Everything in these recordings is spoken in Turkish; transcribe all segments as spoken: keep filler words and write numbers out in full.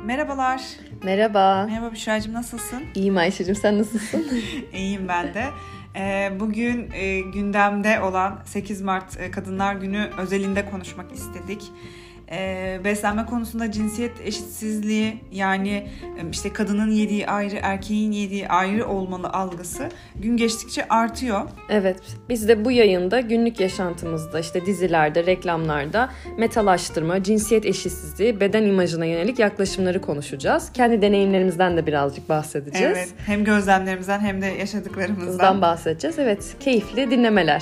Merhabalar. Merhaba. Merhaba Büşra'cığım, nasılsın? İyiyim Ayşe'cim, sen nasılsın? İyiyim ben de. Bugün gündemde olan sekiz Mart Kadınlar Günü özelinde konuşmak istedik. Ee, beslenme konusunda cinsiyet eşitsizliği, yani işte kadının yediği ayrı, erkeğin yediği ayrı olmalı algısı gün geçtikçe artıyor. Evet, biz de bu yayında günlük yaşantımızda, işte dizilerde, reklamlarda metalaştırma, cinsiyet eşitsizliği, beden imajına yönelik yaklaşımları konuşacağız. Kendi deneyimlerimizden de birazcık bahsedeceğiz. Evet, hem gözlemlerimizden hem de yaşadıklarımızdan Bizden bahsedeceğiz. Evet, keyifli dinlemeler.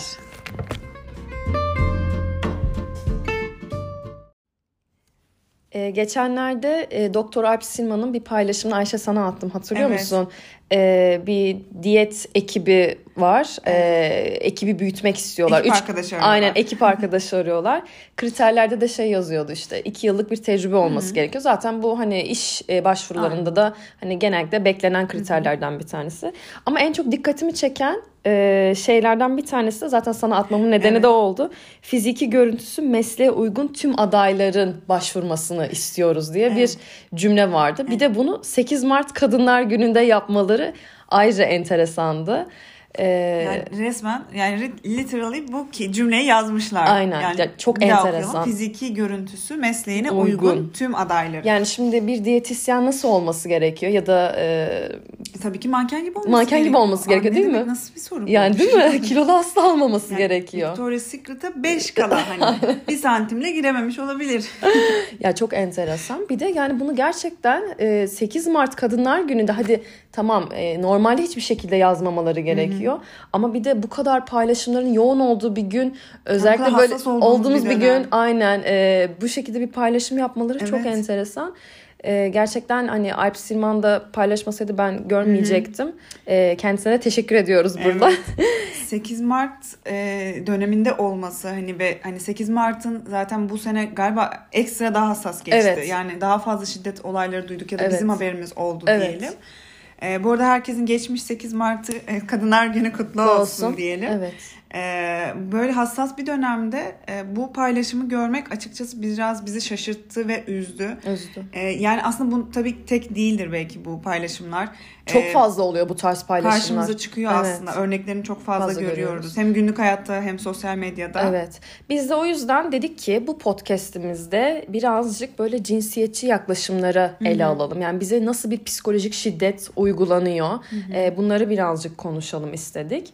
Ee, geçenlerde e, Doktor Alp Silman'ın bir paylaşımını Ayşe sana attım, hatırlıyor evet. musun? Ee, bir diyet ekibi var. Evet. Ee, ekibi büyütmek istiyorlar. Ekip Üç, arkadaşı arıyorlar. Aynen, ekip arkadaşı arıyorlar. Kriterlerde de şey yazıyordu, işte iki yıllık bir tecrübe olması Hı-hı. gerekiyor. Zaten bu hani iş başvurularında Aynen. da hani genellikle beklenen kriterlerden Hı-hı. bir tanesi. Ama en çok dikkatimi çeken e, şeylerden bir tanesi de zaten sana atmamın nedeni evet. de oldu. Fiziki görüntüsü mesleğe uygun tüm adayların başvurmasını istiyoruz diye evet. bir cümle vardı. Evet. Bir de bunu sekiz Mart Kadınlar Günü'nde yapmaları ayrıca enteresandı. Ee, yani resmen, yani literally bu cümleyi yazmışlar. Aynen. Yani ya çok enteresan. Fiziki görüntüsü mesleğine uygun, uygun tüm adayları. Yani şimdi bir diyetisyen nasıl olması gerekiyor ya da e, tabii ki manken gibi olması manken gerekiyor. gibi olması gerekiyor Aa, değil mi? Nasıl bir soru bu? Yani değil mi? Kilolu hasta almaması yani gerekiyor. Victoria's Secret'a beş kala hani bir santimle girememiş olabilir. Ya çok enteresan. Bir de yani bunu gerçekten e, sekiz Mart Kadınlar Günü'nde hadi tamam e, normalde hiçbir şekilde yazmamaları gerekiyor. Hı-hı. Ama bir de bu kadar paylaşımların yoğun olduğu bir gün, özellikle böyle olduğumuz bir, bir gün aynen e, bu şekilde bir paylaşım yapmaları evet. çok enteresan. E, gerçekten hani Alp Silman da paylaşmasaydı ben görmeyecektim. E, kendisine de teşekkür ediyoruz burada. Evet. sekiz Mart e, döneminde olması hani ve hani sekiz Mart'ın zaten bu sene galiba ekstra daha hassas geçti. Evet. Yani daha fazla şiddet olayları duyduk ya da evet. bizim haberimiz oldu evet. diyelim. E, bu arada herkesin geçmiş sekiz Mart'ı e, Kadınlar Günü kutlu olsun, olsun diyelim. Evet. E, böyle hassas bir dönemde e, bu paylaşımı görmek açıkçası biraz bizi şaşırttı ve üzdü. Üzdü. E, yani aslında bu tabii tek değildir belki bu paylaşımlar. Çok e, fazla oluyor bu tarz paylaşımlar. Karşımıza çıkıyor evet. aslında. Örneklerini çok fazla, fazla görüyoruz. görüyoruz. Hem günlük hayatta hem sosyal medyada. Evet. Biz de o yüzden dedik ki bu podcast'imizde birazcık böyle cinsiyetçi yaklaşımları Hı-hı. ele alalım. Yani bize nasıl bir psikolojik şiddet uygulanıyor? E, bunları birazcık konuşalım istedik.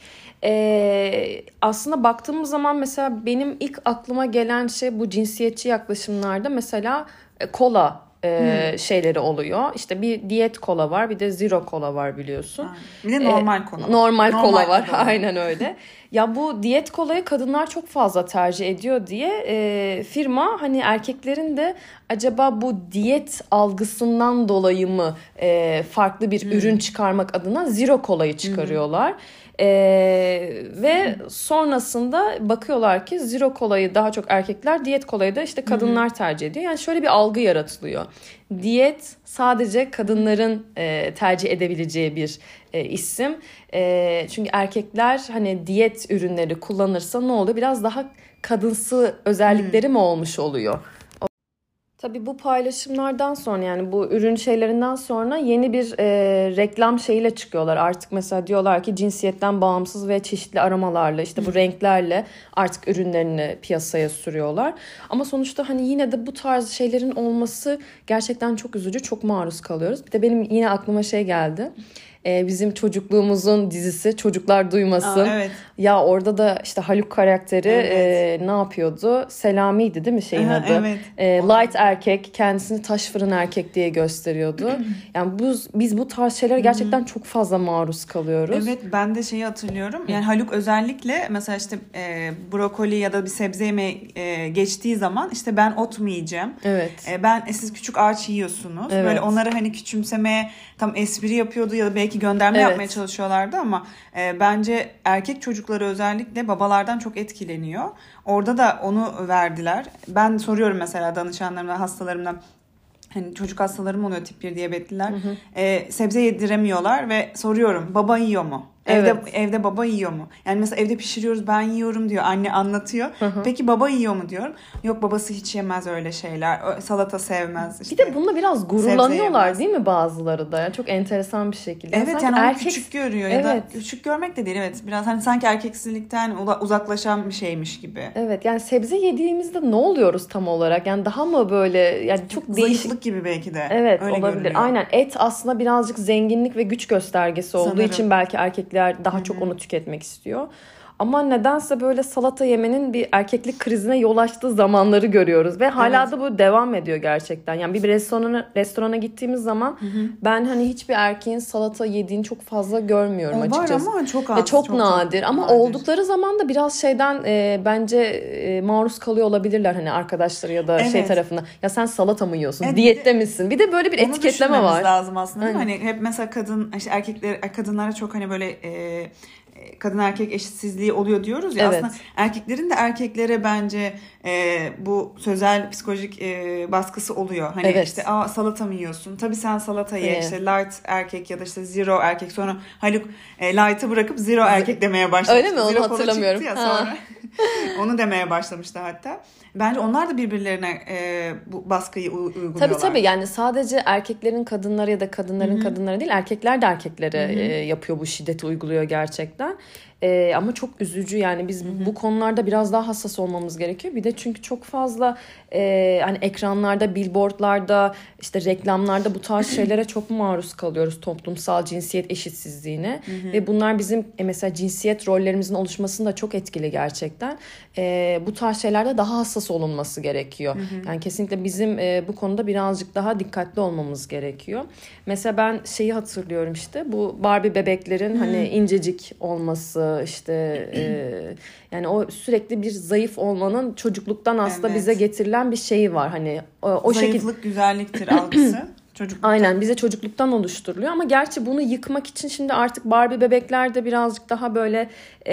Ee, aslında baktığımız zaman mesela benim ilk aklıma gelen şey bu cinsiyetçi yaklaşımlarda mesela e, kola e, hmm. şeyleri oluyor. İşte bir diyet kola var, bir de zero kola var biliyorsun. Aynen. Bir de normal kola. Ee, normal, normal kola var. Kola. Aynen öyle. Ya bu diyet kolayı kadınlar çok fazla tercih ediyor diye e, firma hani erkeklerin de acaba bu diyet algısından dolayı mı e, farklı bir hmm. ürün çıkarmak adına zero kolayı çıkarıyorlar. Hmm. Ee, ve sonrasında bakıyorlar ki zero kolayı daha çok erkekler, diyet kolayı da işte kadınlar Hı-hı. tercih ediyor. Yani şöyle bir algı yaratılıyor. Diyet sadece kadınların e, tercih edebileceği bir e, isim. E, çünkü erkekler hani diyet ürünleri kullanırsa ne oluyor? Biraz daha kadınsı özellikleri Hı-hı. mi olmuş oluyor? Tabii bu paylaşımlardan sonra, yani bu ürün şeylerinden sonra yeni bir e, reklam şeyiyle çıkıyorlar. Artık mesela diyorlar ki cinsiyetten bağımsız ve çeşitli aromalarla, işte bu renklerle artık ürünlerini piyasaya sürüyorlar. Ama sonuçta hani yine de bu tarz şeylerin olması gerçekten çok üzücü, çok maruz kalıyoruz. Bir de benim yine aklıma şey geldi. Ee, bizim çocukluğumuzun dizisi Çocuklar Duymasın. Aa, evet. Ya orada da işte Haluk karakteri evet. e, ne yapıyordu? Selami'ydi değil mi şeyin Aha, adı? Evet. E, light erkek, kendisini taş fırın erkek diye gösteriyordu. Yani bu, biz bu tarz şeylere gerçekten çok fazla maruz kalıyoruz. Evet, ben de şeyi hatırlıyorum. Yani Haluk özellikle mesela işte e, brokoli ya da bir sebze yemeği e, geçtiği zaman işte ben ot mu yiyeceğim? Evet. E, ben e, siz küçük ağaç yiyorsunuz. Evet. Böyle onları hani küçümsemeye tam espri yapıyordu ya da belki gönderme evet. yapmaya çalışıyorlardı ama e, bence erkek çocukları özellikle babalardan çok etkileniyor. Orada da onu verdiler. Ben soruyorum mesela danışanlarımdan, hastalarımdan. Hani çocuk hastalarım oluyor, tip bir diyabetliler. Hı hı. E, sebze yediremiyorlar ve soruyorum baba yiyor mu? Evde Evet. evde baba yiyor mu? Yani mesela evde pişiriyoruz, ben yiyorum diyor. Anne anlatıyor. Hı hı. Peki baba yiyor mu diyorum. Yok, babası hiç yemez öyle şeyler. Salata sevmez. İşte, bir de bununla biraz gururlanıyorlar değil mi bazıları da? Yani çok enteresan bir şekilde. Evet, sanki yani onu erkek... küçük görüyor evet. ya da küçük görmek de değil. Evet, biraz hani sanki erkeksilikten uzaklaşan bir şeymiş gibi. Evet, yani sebze yediğimizde ne oluyoruz tam olarak? Yani daha mı böyle, yani çok zayıflık değişik gibi belki de. Evet, öyle olabilir. görünüyor. Aynen, et aslında birazcık zenginlik ve güç göstergesi olduğu Sanırım. için belki erkekler daha Hı-hı. çok onu tüketmek istiyor. Ama nedense böyle salata yemenin bir erkeklik krizine yol açtığı zamanları görüyoruz ve hala evet. da bu devam ediyor gerçekten. Yani bir restorana restorana gittiğimiz zaman hı hı. ben hani hiçbir erkeğin salata yediğini çok fazla görmüyorum o açıkçası. Var ama çok az. Ve çok, çok nadir çok ama nadir. oldukları zaman da biraz şeyden e, bence e, maruz kalıyor olabilirler hani arkadaşları ya da evet. şey tarafından. Ya sen salata mı yiyorsun? Evet, Diyette de, misin? Bir de böyle bir etiketleme var. Onu lazım aslında. Değil mi? Hani hep mesela kadın işte erkekler kadınlara çok hani böyle e, kadın erkek eşitsizliği oluyor diyoruz ya, evet. aslında erkeklerin de erkeklere bence e, bu sözel psikolojik e, baskısı oluyor. Hani evet. işte aa salata mı yiyorsun? Tabii sen salata ye. Evet. İşte light erkek ya da işte zero erkek. Sonra Haluk e, light'ı bırakıp zero erkek demeye başlamıştı. Öyle mi? Onu zero hatırlamıyorum. Ya sonra. Onu demeye başlamıştı hatta. Bence onlar da birbirlerine e, bu baskıyı uyguluyorlar. Tabii tabii, yani sadece erkeklerin kadınlara ya da kadınların Hı-hı. kadınlara değil, erkekler de erkeklere e, yapıyor bu şiddeti, uyguluyor gerçekten. E, ama çok üzücü yani biz Hı-hı. bu konularda biraz daha hassas olmamız gerekiyor. Bir de çünkü çok fazla e, hani ekranlarda, billboardlarda, işte reklamlarda bu tarz şeylere çok maruz kalıyoruz, toplumsal cinsiyet eşitsizliğine. Hı-hı. Ve bunlar bizim e, mesela cinsiyet rollerimizin oluşmasını da çok etkili gerçekten. E, bu tarz şeylerde daha hassas olunması gerekiyor. Hı hı. Yani kesinlikle bizim e, bu konuda birazcık daha dikkatli olmamız gerekiyor. Mesela ben şeyi hatırlıyorum, işte bu Barbie bebeklerin hı. hani incecik olması, işte e, yani o sürekli bir zayıf olmanın çocukluktan aslında evet. bize getirilen bir şeyi var. Hani o, o zayıflık şekil... güzelliktir algısı. Çocukluktan. Aynen, bize çocukluktan oluşturuluyor ama gerçi bunu yıkmak için şimdi artık Barbie bebekler de birazcık daha böyle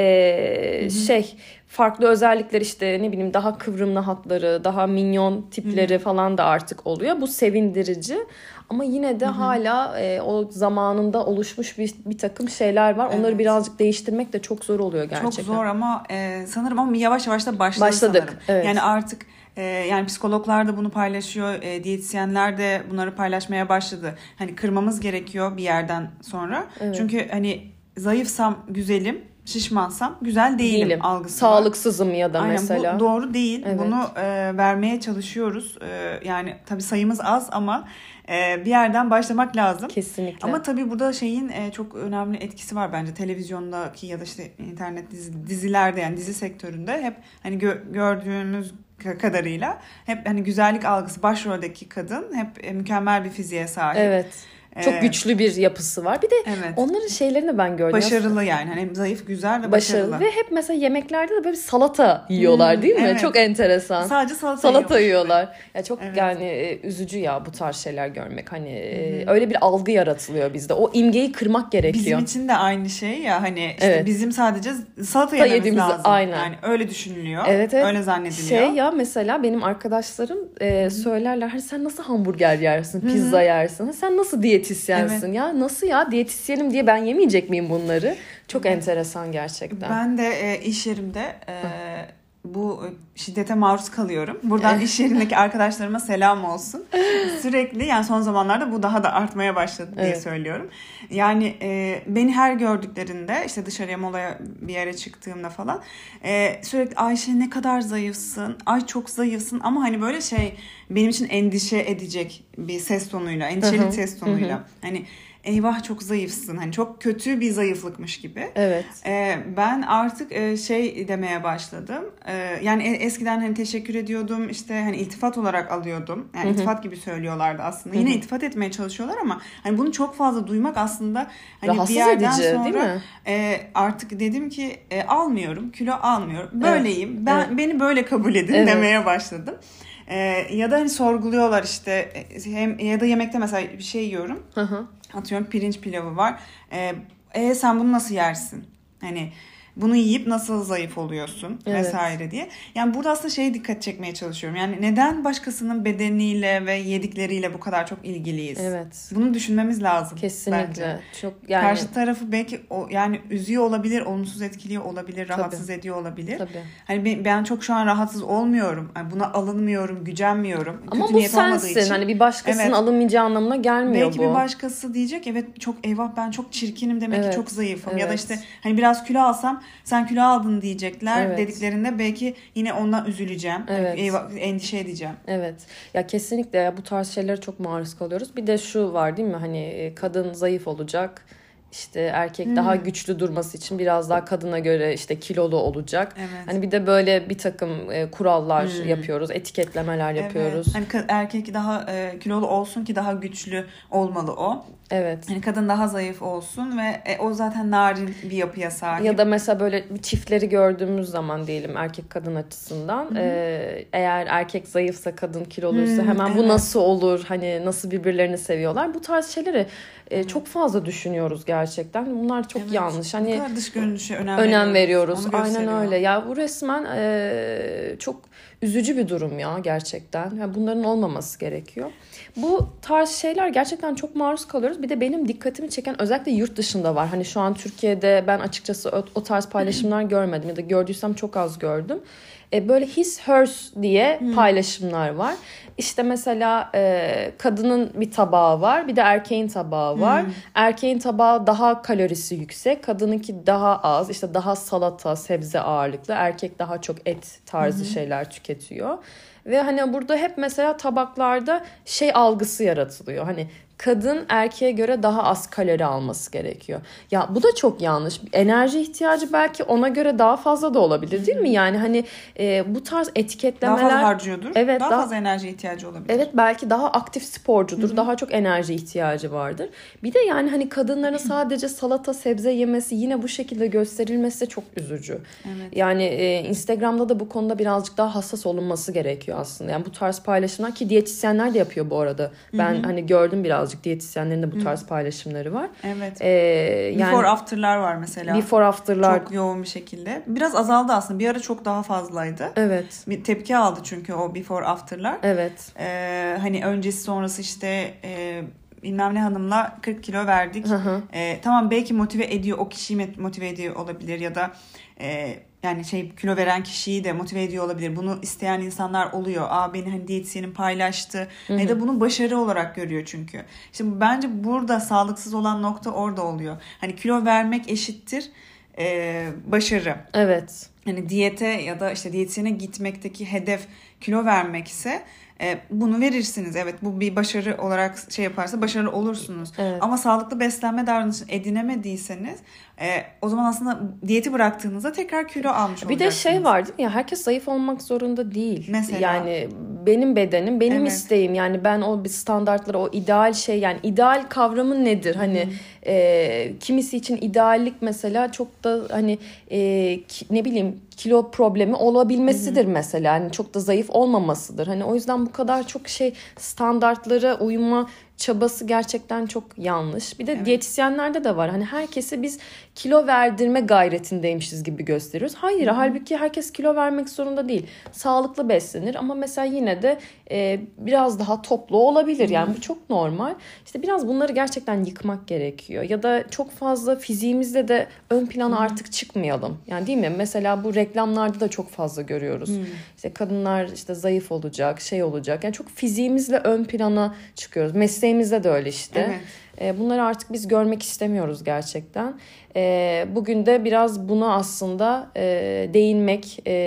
e, şey farklı özellikler, işte ne bileyim daha kıvrımlı hatları, daha minyon tipleri Hı-hı. falan da artık oluyor. Bu sevindirici ama yine de Hı-hı. hala e, o zamanında oluşmuş bir, bir takım şeyler var. Onları evet. birazcık değiştirmek de çok zor oluyor gerçekten. Çok zor ama e, sanırım ama yavaş yavaş da başladı Başladık. sanırım. Evet. Yani artık e, yani psikologlar da bunu paylaşıyor, e, diyetisyenler de bunları paylaşmaya başladı. Hani kırmamız gerekiyor bir yerden sonra. Evet. Çünkü hani zayıfsam güzelim, şişmansam güzel değilim, değilim. algısı Sağlıksızım var. ya da Aynen, mesela. Bu doğru değil. Evet. Bunu e, vermeye çalışıyoruz. E, yani tabii sayımız az ama e, bir yerden başlamak lazım. Kesinlikle. Ama tabii burada şeyin e, çok önemli etkisi var bence. Televizyondaki ya da işte internet dizi, dizilerde, yani dizi sektöründe hep hani gö- gördüğümüz kadarıyla hep hani güzellik algısı, başroldeki kadın hep e, mükemmel bir fiziğe sahip. Evet. Çok ee, güçlü bir yapısı var. Bir de evet. onların şeylerini ben gördüm. Başarılı yani. Hani zayıf, güzel ve başarılı. başarılı. Ve hep mesela yemeklerde de böyle salata yiyorlar hmm, değil mi? Evet. Çok enteresan. Sadece salata, salata yiyorlar. Ya çok evet. yani üzücü ya bu tarz şeyler görmek. Hani hmm. öyle bir algı yaratılıyor bizde. O imgeyi kırmak gerekiyor. Bizim için de aynı şey ya, hani işte evet. bizim sadece salata yememiz yediğimiz, lazım. Aynen. Yani öyle düşünülüyor. Evet, evet. Öyle zannediliyor. Şey ya, mesela benim arkadaşlarım e, söylerler. Hani sen nasıl hamburger yersin, pizza yersin? Sen nasıl diyet diyetisyensin evet. ya, nasıl ya, diyetisyenim diye ben yemeyecek miyim bunları? Çok evet. enteresan gerçekten. Ben de e, iş yerimde e, bu şiddete maruz kalıyorum. Buradan iş yerindeki arkadaşlarıma selam olsun. Sürekli, yani son zamanlarda bu daha da artmaya başladı diye evet. söylüyorum. Yani e, beni her gördüklerinde, işte dışarıya, molaya bir yere çıktığımda falan e, sürekli Ayşe ne kadar zayıfsın, ay çok zayıfsın, ama hani böyle şey, benim için endişe edecek bir ses tonuyla, endişeli bir ses tonuyla. Hı hı. Hani eyvah çok zayıfsın. Hani çok kötü bir zayıflıkmış gibi. Evet. Ee, ben artık e, şey demeye başladım. Ee, yani eskiden hani teşekkür ediyordum. İşte hani iltifat olarak alıyordum. Yani Hı-hı. iltifat gibi söylüyorlardı aslında. Hı-hı. Yine iltifat etmeye çalışıyorlar ama hani bunu çok fazla duymak aslında hani rahatsız bir yerden edici, sonra değil mi? E, artık dedim ki e, almıyorum. Kilo almıyorum. Böyleyim. Evet. Ben evet. beni böyle kabul edin evet. demeye başladım. Ee, ya da hani sorguluyorlar işte, hem ya da yemekte mesela bir şey yiyorum. Hı hı. Atıyorum pirinç pilavı var. Ee, e, sen bunu nasıl yersin? Hani bunu yiyip nasıl zayıf oluyorsun evet. vesaire diye. Yani burada aslında şeye dikkat çekmeye çalışıyorum. Yani neden başkasının bedeniyle ve yedikleriyle bu kadar çok ilgiliyiz? Evet. Bunu düşünmemiz lazım. Kesinlikle. Bence. Çok yani karşı tarafı belki o yani üzüyor olabilir, olumsuz etkiliyor olabilir, rahatsız Tabii. ediyor olabilir. Tabii. Hani ben çok şu an rahatsız olmuyorum. Yani buna alınmıyorum, gücenmiyorum. Ama Kötü bu niyet olmadığı sensin. için. Hani bir başkasının evet. alınmayacağı anlamına gelmiyor belki bu. Belki bir başkası diyecek evet çok eyvah ben çok çirkinim demek evet. ki çok zayıfım. Evet. Ya da işte hani biraz kilo alsam sen kilo aldın diyecekler evet. dediklerinde belki yine ondan üzüleceğim. Evet. Eyvah, endişe edeceğim. Evet. Ya kesinlikle ya bu tarz şeylere çok maruz kalıyoruz. Bir de şu var değil mi? Hani kadın zayıf olacak. İşte erkek hmm. daha güçlü durması için biraz daha kadına göre işte kilolu olacak. Evet. Hani bir de böyle bir takım e, kurallar hmm. yapıyoruz, etiketlemeler yapıyoruz. Evet. Hani erkek daha e, kilolu olsun ki daha güçlü olmalı o. Evet. Hani kadın daha zayıf olsun ve e, o zaten narin bir yapıya sahip. Ya da mesela böyle çiftleri gördüğümüz zaman diyelim erkek kadın açısından e, eğer erkek zayıfsa kadın kiloluysa hmm, hemen evet. bu nasıl olur? Hani nasıl birbirlerini seviyorlar? Bu tarz şeyleri e, çok fazla düşünüyoruz gerçekten. Bunlar çok evet. yanlış. Hani bu kadar dış görünüşe önem, önem veriyoruz. veriyoruz. Aynen öyle. Ya bu resmen e, çok üzücü bir durum ya gerçekten. Yani bunların olmaması gerekiyor. Bu tarz şeyler gerçekten çok maruz kalıyoruz. Bir de benim dikkatimi çeken özellikle yurt dışında var. Hani şu an Türkiye'de ben açıkçası o, o tarz paylaşımlar görmedim ya da gördüysem çok az gördüm. E, böyle his hers diye paylaşımlar var. İşte mesela e, kadının bir tabağı var, bir de erkeğin tabağı var. Hmm. Erkeğin tabağı daha kalorisi yüksek, kadınınki daha az. İşte daha salata, sebze ağırlıklı. Erkek daha çok et tarzı hmm. şeyler tüketiyor. Ve hani burada hep mesela tabaklarda şey algısı yaratılıyor. Hani kadın erkeğe göre daha az kalori alması gerekiyor. Ya bu da çok yanlış. Enerji ihtiyacı belki ona göre daha fazla da olabilir değil mi? Yani hani e, bu tarz etiketlemeler... Daha fazla harcıyordur. Evet, daha, daha fazla enerji ihtiyacı olabilir. Evet belki daha aktif sporcudur. Hı-hı. Daha çok enerji ihtiyacı vardır. Bir de yani hani kadınların sadece salata sebze yemesi yine bu şekilde gösterilmesi de çok üzücü. Evet. Yani e, Instagram'da da bu konuda birazcık daha hassas olunması gerekiyor aslında. Yani bu tarz paylaşımlar ki diyetisyenler de yapıyor bu arada. Ben Hı-hı. hani gördüm birazcık diyetisyenlerin de bu tarz Hı-hı. paylaşımları var. Evet. Ee, yani, before after'lar var mesela. Before after'lar. Çok yoğun bir şekilde. Biraz azaldı aslında. Bir ara çok daha fazlaydı. Evet. Bir tepki aldı çünkü o before after'lar. Evet. Ee, hani öncesi sonrası işte e, bilmem ne hanımla kırk kilo verdik. E, tamam belki motive ediyor. O kişiyi motive ediyor olabilir ya da e, yani şey kilo veren kişiyi de motive ediyor olabilir. Bunu isteyen insanlar oluyor. Aa beni hani diyetisyenim paylaştı. Hı-hı. Ya da bunu başarı olarak görüyor çünkü. İşte bence burada sağlıksız olan nokta orada oluyor. Hani kilo vermek eşittir e, başarı. Evet. Hani diyete ya da işte diyetisyene gitmekteki hedef kilo vermek ise e, bunu verirsiniz. Evet bu bir başarı olarak şey yaparsa başarılı olursunuz. Evet. Ama sağlıklı beslenme davranışı edinemediyseniz e, o zaman aslında diyeti bıraktığınızda tekrar kilo almış olacaksınız. Bir de şey var değil mi ya herkes zayıf olmak zorunda değil. Mesela. Yani benim bedenim benim evet. isteğim yani ben o bir standartları o ideal şey yani ideal kavramı nedir? Hani hmm. e, kimisi için ideallik mesela çok da hani e, ki, ne bileyim kilo problemi olabilmesidir hmm. mesela. Hani çok da zayıf olmamasıdır. Hani o yüzden bu kadar çok şey standartlara uyma çabası gerçekten çok yanlış. Bir de evet. diyetisyenlerde de var. Hani herkesi biz kilo verdirme gayretindeymişiz gibi gösteriyoruz. Hayır, Hı-hı. halbuki herkes kilo vermek zorunda değil. Sağlıklı beslenir ama mesela yine de e, biraz daha toplu olabilir. Hı-hı. Yani bu çok normal. İşte biraz bunları gerçekten yıkmak gerekiyor. Ya da çok fazla fiziğimizle de ön plana Hı-hı. artık çıkmayalım. Yani değil mi? Mesela bu reklamlarda da çok fazla görüyoruz. Hı-hı. İşte kadınlar işte zayıf olacak, şey olacak. Yani çok fiziğimizle ön plana çıkıyoruz. Mesleğimizde de öyle işte. Evet. Bunları artık biz görmek istemiyoruz gerçekten. Bugün de biraz buna aslında değinmek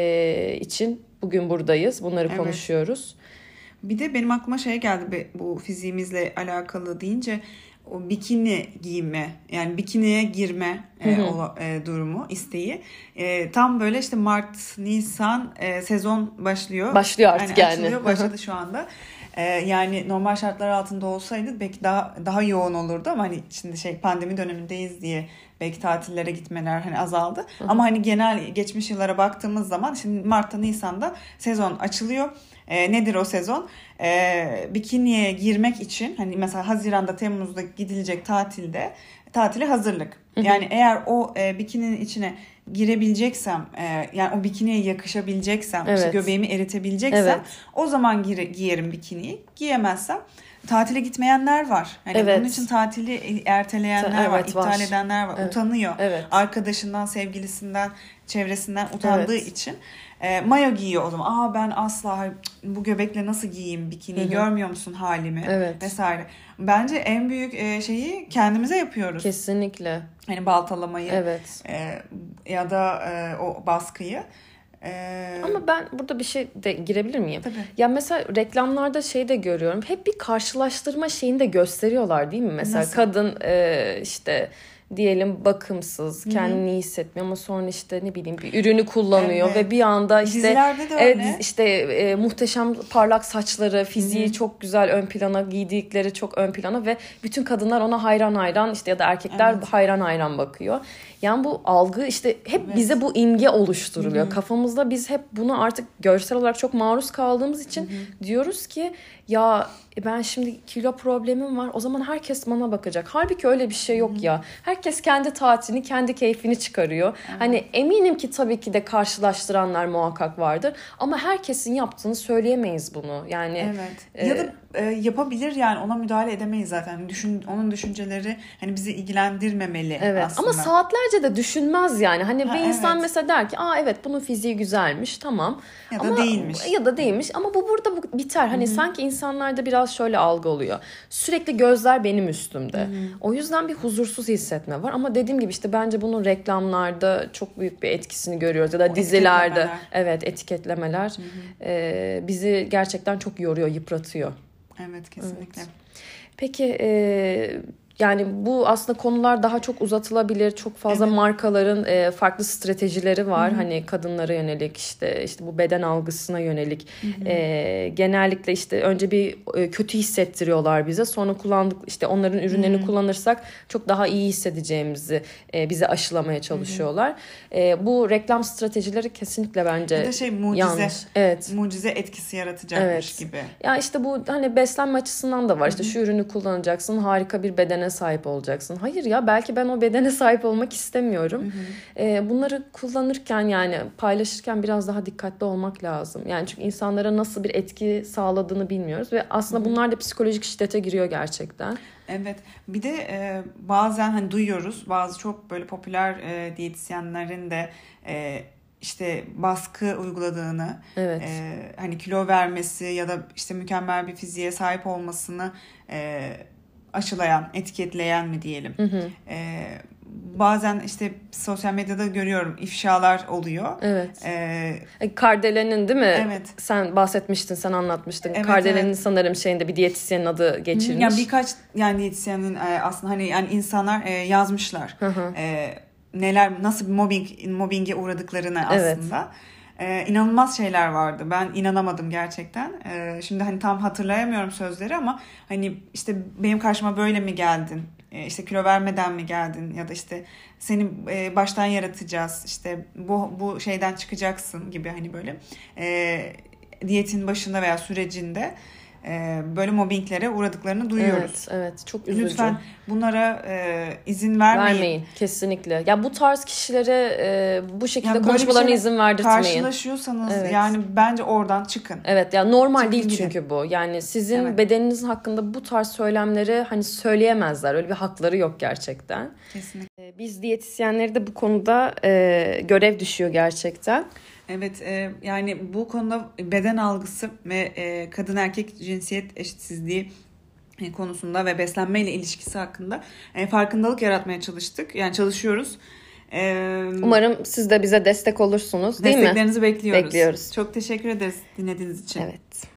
için bugün buradayız. Bunları evet. konuşuyoruz. Bir de benim aklıma şey geldi bu fiziğimizle alakalı deyince o bikini giyme yani bikiniye girme e, o, e, durumu isteği e, tam böyle işte Mart Nisan e, sezon başlıyor. Başlıyor artık yani. yani. Açılıyor, başladı şu anda. Ee, yani normal şartlar altında olsaydı belki daha daha yoğun olurdu ama hani şimdi şey pandemi dönemindeyiz diye belki tatillere gitmeler hani azaldı. Hı hı. Ama hani genel geçmiş yıllara baktığımız zaman şimdi Mart'ta Nisan'da sezon açılıyor. Ee, nedir o sezon? Ee, bikiniye girmek için hani mesela Haziran'da Temmuz'da gidilecek tatilde tatile hazırlık. Hı hı. Yani eğer o e, bikininin içine girebileceksem, e, yani o bikiniye yakışabileceksem, evet. işte göbeğimi eritebileceksem evet. o zaman gire, giyerim bikiniyi. Giyemezsem tatile gitmeyenler var. Hani evet. bunun için tatili erteleyenler evet, var, iptal var. edenler var. Evet. Utanıyor. Evet. Arkadaşından, sevgilisinden, çevresinden utandığı evet. için e, mayo giyiyor o zaman. Aa ben asla bu göbekle nasıl giyeyim bikini? Görmüyor musun halimi? Evet. Vesaire. Bence en büyük e, şeyi kendimize yapıyoruz. Kesinlikle. Hani baltalamayı evet. e, ya da e, o baskıyı. Ee... Ama ben burada bir şey de girebilir miyim? Tabii. Ya mesela reklamlarda şey de görüyorum. Hep bir karşılaştırma şeyini de gösteriyorlar değil mi? Mesela nasıl? Kadın e, işte diyelim bakımsız, kendini iyi hissetmiyor ama sonra işte ne bileyim bir ürünü kullanıyor evet. ve bir anda işte dizilerde de evet, öyle. işte e, muhteşem parlak saçları, fiziği Hı-hı. çok güzel ön plana, giydikleri çok ön plana ve bütün kadınlar ona hayran hayran işte ya da erkekler evet. hayran hayran bakıyor. Yani bu algı işte hep evet. bize bu imge oluşturuluyor. Hı-hı. Kafamızda biz hep bunu artık görsel olarak çok maruz kaldığımız için Hı-hı. diyoruz ki ya ben şimdi kilo problemim var o zaman herkes bana bakacak. Halbuki öyle bir şey yok Hı-hı. ya. Herkes kendi tatilini, kendi keyfini çıkarıyor. Evet. Hani eminim ki tabii ki de karşılaştıranlar muhakkak vardır. Ama herkesin yaptığını söyleyemeyiz bunu. Yani evet. E, ya da e, yapabilir yani ona müdahale edemeyiz zaten. Düşün, onun düşünceleri hani bizi ilgilendirmemeli evet. aslında. Ama saatlerce de düşünmez yani. Hani ha, bir insan evet. mesela der ki aa evet bunun fiziği güzelmiş tamam. Ya da ama, değilmiş. Ya da değilmiş ama bu burada bu biter. Hani Hı-hı. sanki insanlarda biraz şöyle algı oluyor. Sürekli gözler benim üstümde. Hı-hı. O yüzden bir huzursuz hissetme var. Ama dediğim gibi işte bence bunun reklamlarda çok büyük bir etkisini görüyoruz. Ya da o dizilerde. Etiketlemeler. Evet etiketlemeler. E, bizi gerçekten çok yoruyor, yıpratıyor. Evet kesinlikle. Evet. Peki e, yani bu aslında konular daha çok uzatılabilir. Çok fazla evet. markaların e, farklı stratejileri var. Hı-hı. Hani kadınlara yönelik işte işte bu beden algısına yönelik. E, genellikle işte önce bir e, kötü hissettiriyorlar bize. Sonra kullandık işte onların ürünlerini Hı-hı. kullanırsak çok daha iyi hissedeceğimizi e, bize aşılamaya çalışıyorlar. E, bu reklam stratejileri kesinlikle bence ya da şey mucize. yanlış. Evet. Mucize etkisi yaratacakmış evet. gibi. Ya işte bu hani beslenme açısından da var. İşte şu ürünü kullanacaksın, harika bir bedene sahip olacaksın. Hayır ya belki ben o bedene sahip olmak istemiyorum. Hı hı. Ee, bunları kullanırken yani paylaşırken biraz daha dikkatli olmak lazım. Yani çünkü insanlara nasıl bir etki sağladığını bilmiyoruz ve aslında hı hı. bunlar da psikolojik şiddete giriyor gerçekten. Evet. Bir de e, bazen hani duyuyoruz bazı çok böyle popüler e, diyetisyenlerin de e, işte baskı uyguladığını, evet. e, hani kilo vermesi ya da işte mükemmel bir fiziğe sahip olmasını e, aşılayan, etiketleyen mi diyelim. Hı hı. Ee, bazen işte sosyal medyada görüyorum ifşalar oluyor. Evet. Ee, Kardelen'in değil mi? Evet. Sen bahsetmiştin, sen anlatmıştın. Evet, Kardelen'in evet. sanırım şeyinde bir diyetisyenin adı geçirmiş. Yani birkaç yani diyetisyenin aslında hani yani insanlar yazmışlar. Hı hı. Ee, neler nasıl bir mobbing mobbinge uğradıklarını aslında. Evet. Ee, inanılmaz şeyler vardı. Ben inanamadım gerçekten. Ee, şimdi hani tam hatırlayamıyorum sözleri ama hani işte benim karşıma böyle mi geldin? Ee, işte kilo vermeden mi geldin? Ya da işte seni e, baştan yaratacağız. İşte bu bu şeyden çıkacaksın gibi hani böyle e, diyetin başında veya sürecinde e, böyle mobbinglere uğradıklarını duyuyoruz. Evet, evet. Çok üzücü. Lütfen bunlara e, izin vermeyin. Vermeyin, kesinlikle. Ya bu tarz kişilere e, bu şekilde yani konuşmalarına izin verdirtmeyin. Karşılaşıyorsanız evet. yani bence oradan çıkın. Evet, yani normal çıkın değil gidin. Çünkü bu. Yani sizin evet. bedeninizin hakkında bu tarz söylemleri hani söyleyemezler. Öyle bir hakları yok gerçekten. Kesinlikle. Biz diyetisyenleri de bu konuda e, görev düşüyor gerçekten. Evet e, yani bu konuda beden algısı ve e, kadın erkek cinsiyet eşitsizliği konusunda ve beslenmeyle ilişkisi hakkında e, farkındalık yaratmaya çalıştık. Yani çalışıyoruz. E, Umarım siz de bize destek olursunuz değil mi? Desteklerinizi bekliyoruz. Bekliyoruz. Çok teşekkür ederiz dinlediğiniz için. Evet.